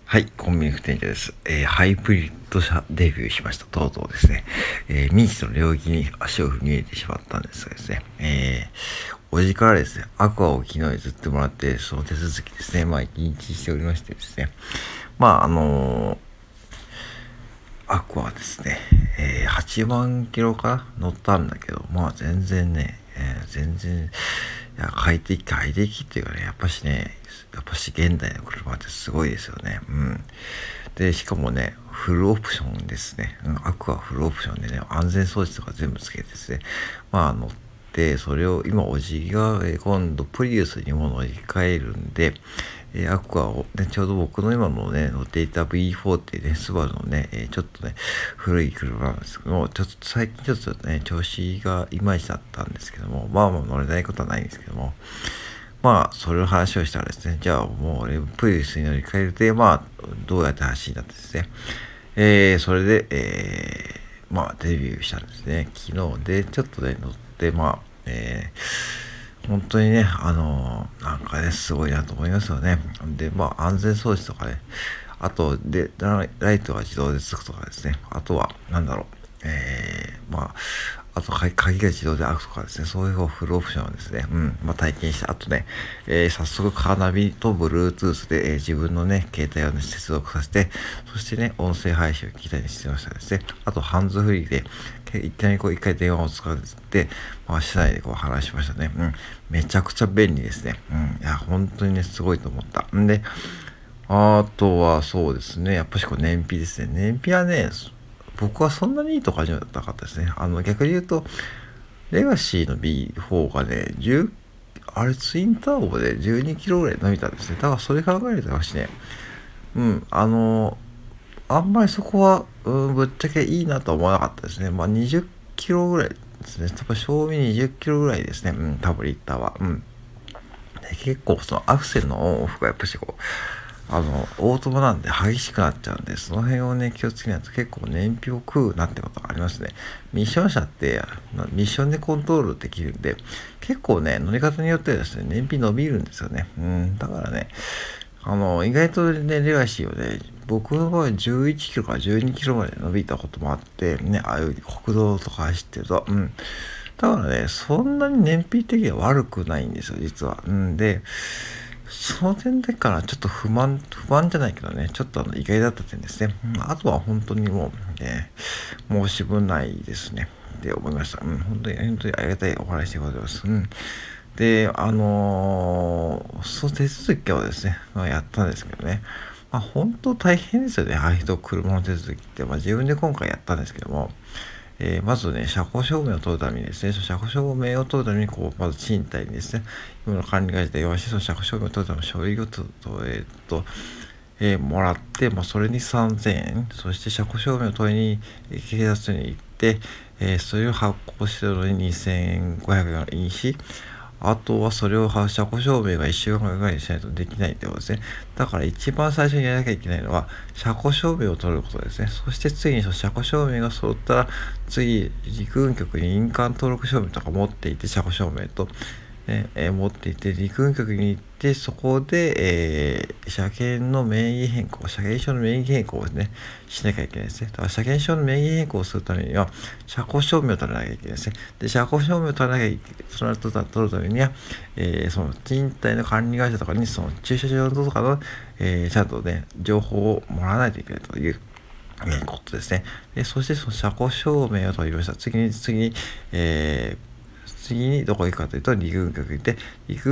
はい、コンビニ副店長です。ハイブリッド車デビューしました。とうとうですね、未知の領域に足を踏み入れてしまったんですがですね、おじからですね、アクアを昨日譲ってもらって、その手続きですね、一日しておりましてですね、アクアですね、8万キロかな乗ったんだけど、全然ね、快適っていうかね、やっぱし現代の車ってすごいですよね。で、しかもね、フルオプションですね。アクアフルオプションでね、安全装置とか全部つけてですね、乗って、それを今、おじが、今度プリウスにも乗り換えるんで、アクアを、ね、ちょうど僕の今のね、乗っていた V4 っていうね、スバルのね、ちょっとね、古い車なんですけども、最近ちょっとね、調子がいまいちだったんですけども、乗れないことはないんですけども、それを話をしたらですね、じゃあもう俺、プリウスに乗り換えるで、どうやって話になってですね、それで、デビューしたんですね。昨日で、ちょっとね、乗って、本当にね、なんかね、すごいなと思いますよね。で、安全装置とかね、あとで、ライトが自動でつくとかですね、あとは、あと鍵が自動で開くとかですね、そういうフルオプションをですね、体験して、あとね、早速カーナビと Bluetooth で、自分のね、携帯をね、接続させて、そしてね、音声配信を聞いたりしてましたですね。あと、ハンズフリーで、いきなり一回電話を使って、車内で話しましたね。めちゃくちゃ便利ですね。いや、本当にね、すごいと思った。で、あとはそうですね、やっぱし燃費ですね。燃費はね、僕はそんなにいいとかじゃなかったですね。逆に言うと、レガシーの B4 がね、ツインターボで12キロぐらい伸びたんですね。だからそれ考えると私ね、あんまりそこは、ぶっちゃけいいなとは思わなかったですね。20キロぐらいですね。多分賞味20キロぐらいですね。多分リッターは。で結構そのアクセルのオンオフがやっぱしオートマなんで激しくなっちゃうんで、その辺をね、気をつけないと結構燃費を食うなってことがありますね。ミッション車って、ミッションでコントロールできるんで、結構ね、乗り方によってはですね、燃費伸びるんですよね。だからね、意外とね、レガシーをね、僕の場合11キロから12キロまで伸びたこともあって、ね、ああいう国道とか走ってると、だからね、そんなに燃費的には悪くないんですよ、実は。で、その点でからちょっと不満じゃないけどね、ちょっと意外だった点ですね。あとは本当にもう、申し分ないですね。って思いました。本当にありがたいお話でございます。で、その手続きをですね、やったんですけどね。本当大変ですよね。車の手続きって。自分で今回やったんですけども、まずね、車庫証明を取るためにですね、その車庫証明を取るために、まず賃貸にですね、今の管理会社で電話して、その車庫証明を取るための書類をもらって、それに3000円、そして車庫証明を取りに、警察に行って、それを発行してるのに2500円にし、あとはそれを車庫証明が1週間ぐらいにしないとできないってことですね。だから一番最初にやらなきゃいけないのは、車庫証明を取ることですね。そして次にその車庫証明が揃ったら、次、陸運局に印鑑登録証明とか持っていて、車庫証明と、持っていて、陸運局に行って、そこで、車検の名義変更、車検証の名義変更をね、しなきゃいけないですね。だから車検証の名義変更をするためには、車庫証明を取らなきゃいけないですね。で、車庫証明を取らなきゃいけない、その後取るためには、その賃貸の管理会社とかに、その駐車場とかの、ちゃんとね、情報をもらわないといけないという、ことですね。で、そしてその車庫証明を取りました。次にどこ行くかというと、陸運局に行って、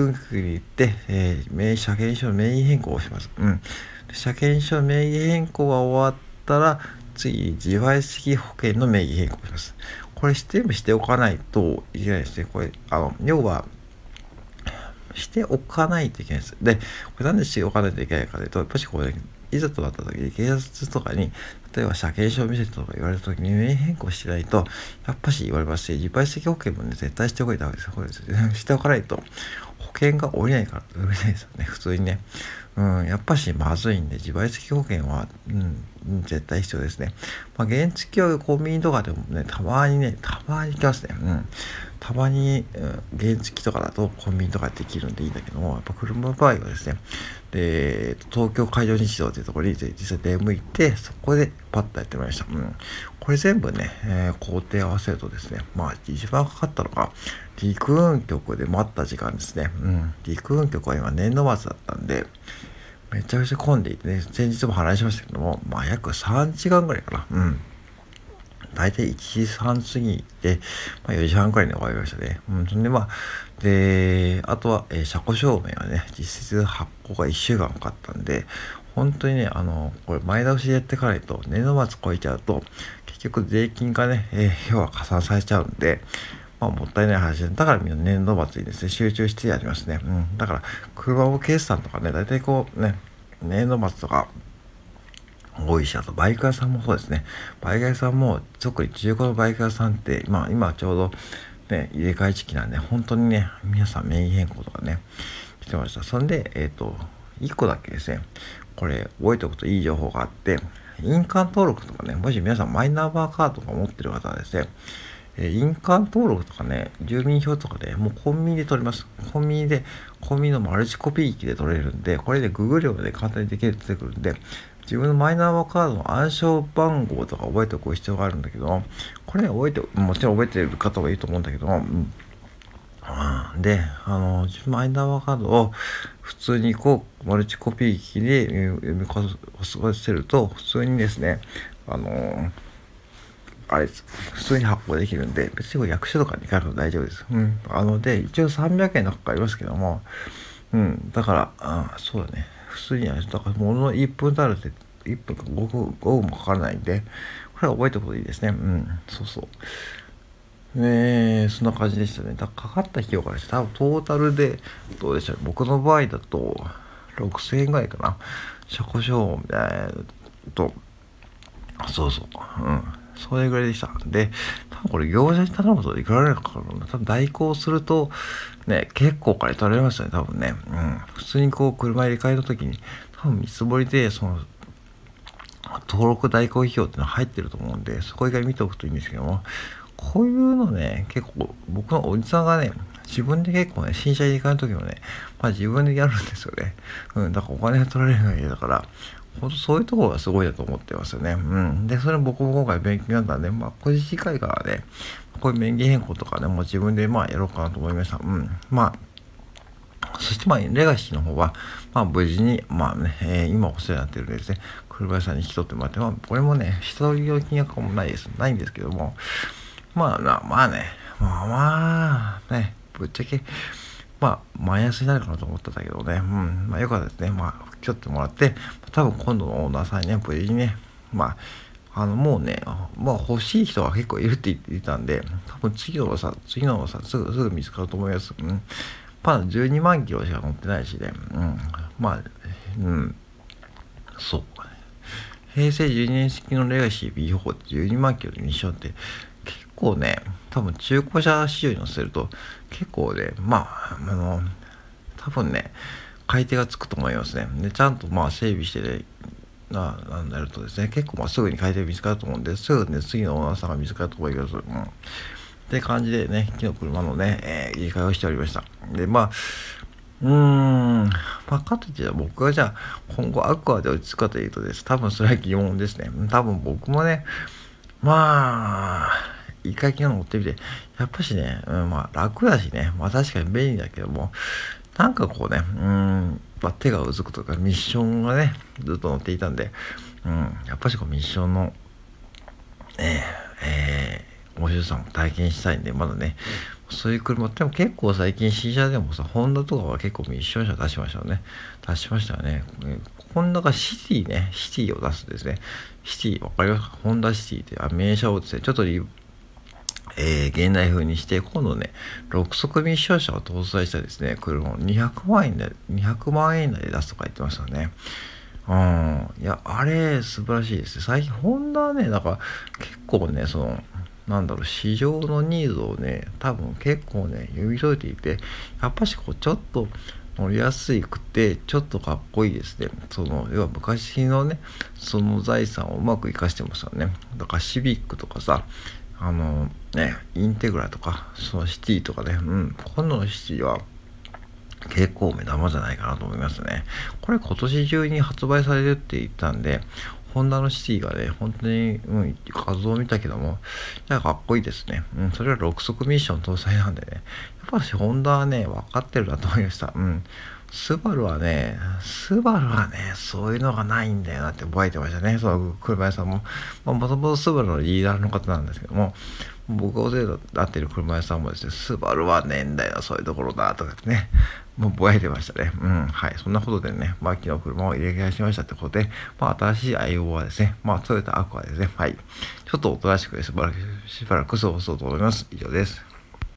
車検証の名義変更をします。車検証の名義変更が終わったら、次、自賠責保険の名義変更をします。これ全部しておかないといけないですね。これ、要は、しておかないといけないです。で、これなんでしておかないといけないかというと、やっぱりいざとなった時に警察とかに、例えば車検証を見せてとか言われた時に名義変更してないと、やっぱし言われますし、自賠責保険もね、絶対しておかないとダメですよ。これしておかないと、保険が下りないから、下りないですよね、普通にね。やっぱしまずいんで、自賠責保険は、絶対必要ですね。原付はコンビニとかでもね、たまに来ますね。 たまに、原付とかだとコンビニとかできるんでいいんだけども、やっぱ車の場合はですね、で、東京海上日動というところに実際出向いて、そこでパッとやってまいりました。これ全部ね、工程合わせるとですね、一番かかったのが、陸運局で待った時間ですね。陸運局は今年度末だったんで、めちゃくちゃ混んでいてね、先日も話しましたけども、約3時間ぐらいかな。大体1時半過ぎで、4時半くらいに終わりましたね。そんでで、あとは、車庫証明はね、実質発行が1週間かかったんで、本当にね、これ前倒しでやっていかないと、年度末超えちゃうと、結局税金がね、要は加算されちゃうんで、もったいない話で、だからみんな年度末にですね、集中してやりますね。だから、車を決算とかね、大体こうね、年度末とか、多いし、あとバイク屋さんもそうですね。バイク屋さんも、特に中古のバイク屋さんって、今ちょうどね、入れ替え時期なんで、本当にね、皆さん名義変更とかね、来てました。そんで、1個だけですね、これ覚えておくといい情報があって、印鑑登録とかね、もし皆さんマイナンバーカードが持ってる方はですね、印鑑登録とかね、住民票とかでもうコンビニで取れます。コンビニのマルチコピー機で取れるんで、これでググればね、簡単にできるって出てくるんで、自分のマイナンバーカードの暗証番号とか覚えておく必要があるんだけど、これね、もちろん覚えてる方はいいと思うんだけど、で、マイナンバーカードを普通にマルチコピー機で読み込ませると、普通にですね、普通に発行できるんで、別に役所とかに行かなくても大丈夫です。で、一応300円のかかりますけども、だから、そうだね。普通には、だからもの1分経るって、1分か5分もかからないんで、これは覚えておくといいですね。そうそう。そんな感じでしたね。だからかかった費用からして、多分トータルで、どうでしょう。僕の場合だと、6000円ぐらいかな。車庫証と、そうそう。それぐらいでした。で、多分これ業者に頼むといくらぐらいかかるの多分代行すると、ね、結構お金取られますよね、多分ね。普通に車入れ替えの時に、多分見積もりで、登録代行費用っていうのは入ってると思うんで、そこ以外見ておくといいんですけども、こういうのね、結構、僕のおじさんがね、自分で結構ね、新車入れ替えの時もね、自分でやるんですよね。だからお金が取られるのが嫌だから、本当そういうところがすごいなと思ってますよね。で、それ僕も今回勉強になったんで、これ次回からね、こういう名義変更とかね、もう自分でやろうかなと思いました。そしてレガシーの方は、無事に、今お世話になってるんですね、車屋さんに引き取ってもらって、これもね、一人料金額もないんですけども、ぶっちゃけ、マイナスになるかなと思ってたけどね、よかったですね。引き取ってもらって、多分今度のオーナーさんにね、無事にね、もうね、欲しい人が結構いるって言っていたんで、多分次のさ、すぐ見つかると思います。12万キロしか乗ってないしね、そう。平成12年式のレガシー B4 って12万キロでミッションって結構ね、多分中古車市場に乗せると結構ね、多分ね、買い手がつくと思いますね。で、ちゃんと整備してね、なんだるとですね、結構すぐに買い手が見つかると思うんで、すぐね、次のオーナーさんが見つかると思います。って感じでね、昨日車のね、入れ替えをしておりました。で、かといって僕がじゃあ今後アクアで落ち着くかというとです、多分それは疑問ですね。多分僕もね、一回昨日乗ってみて、やっぱしね、楽だしね、確かに便利だけども、なんかこうね、手がうずくとかミッションがね、ずっと乗っていたんで、やっぱしミッションの、面白さも体験したいんで、まだね、そういう車っても結構最近新車でもさ、ホンダとかは結構ミッション車出しましたよね。ホンダがシティを出すんですね。シティ、わかりますか？ホンダシティって名車をですね、ちょっと現代風にして、今度ね、6速ミッション車を搭載したですね、車を200万円以内で出すとか言ってましたね。いや、あれ、素晴らしいですね。最近、ホンダはね、だから、結構ね、市場のニーズをね、多分結構ね、読み解いていて、やっぱしちょっと乗りやすくて、ちょっとかっこいいですね。要は昔のね、その財産をうまく活かしてますよね。だからシビックとかさ、 インテグラとか、そのシティとかね、今度のシティは結構目玉じゃないかなと思いますね。これ今年中に発売されるって言ったんで、ホンダのシティがね、本当に、画像を見たけども、かっこいいですね。それは6速ミッション搭載なんでね、やっぱしホンダはね、分かってるなと思いました。スバルはね、そういうのがないんだよなって覚えてましたね。その車屋さんも。もともとスバルのリーダーの方なんですけども、僕がお世話になってる車屋さんもですね、スバルはねえんだよ、そういうところだ、とかね、もうぼやいてましたね。はい。そんなことでね、昨日車を入れ替えしましたってことで、新しい相棒はですね、トヨタアクアですね。はい。ちょっとおとなしくしばらく過ごそうと思います。以上です。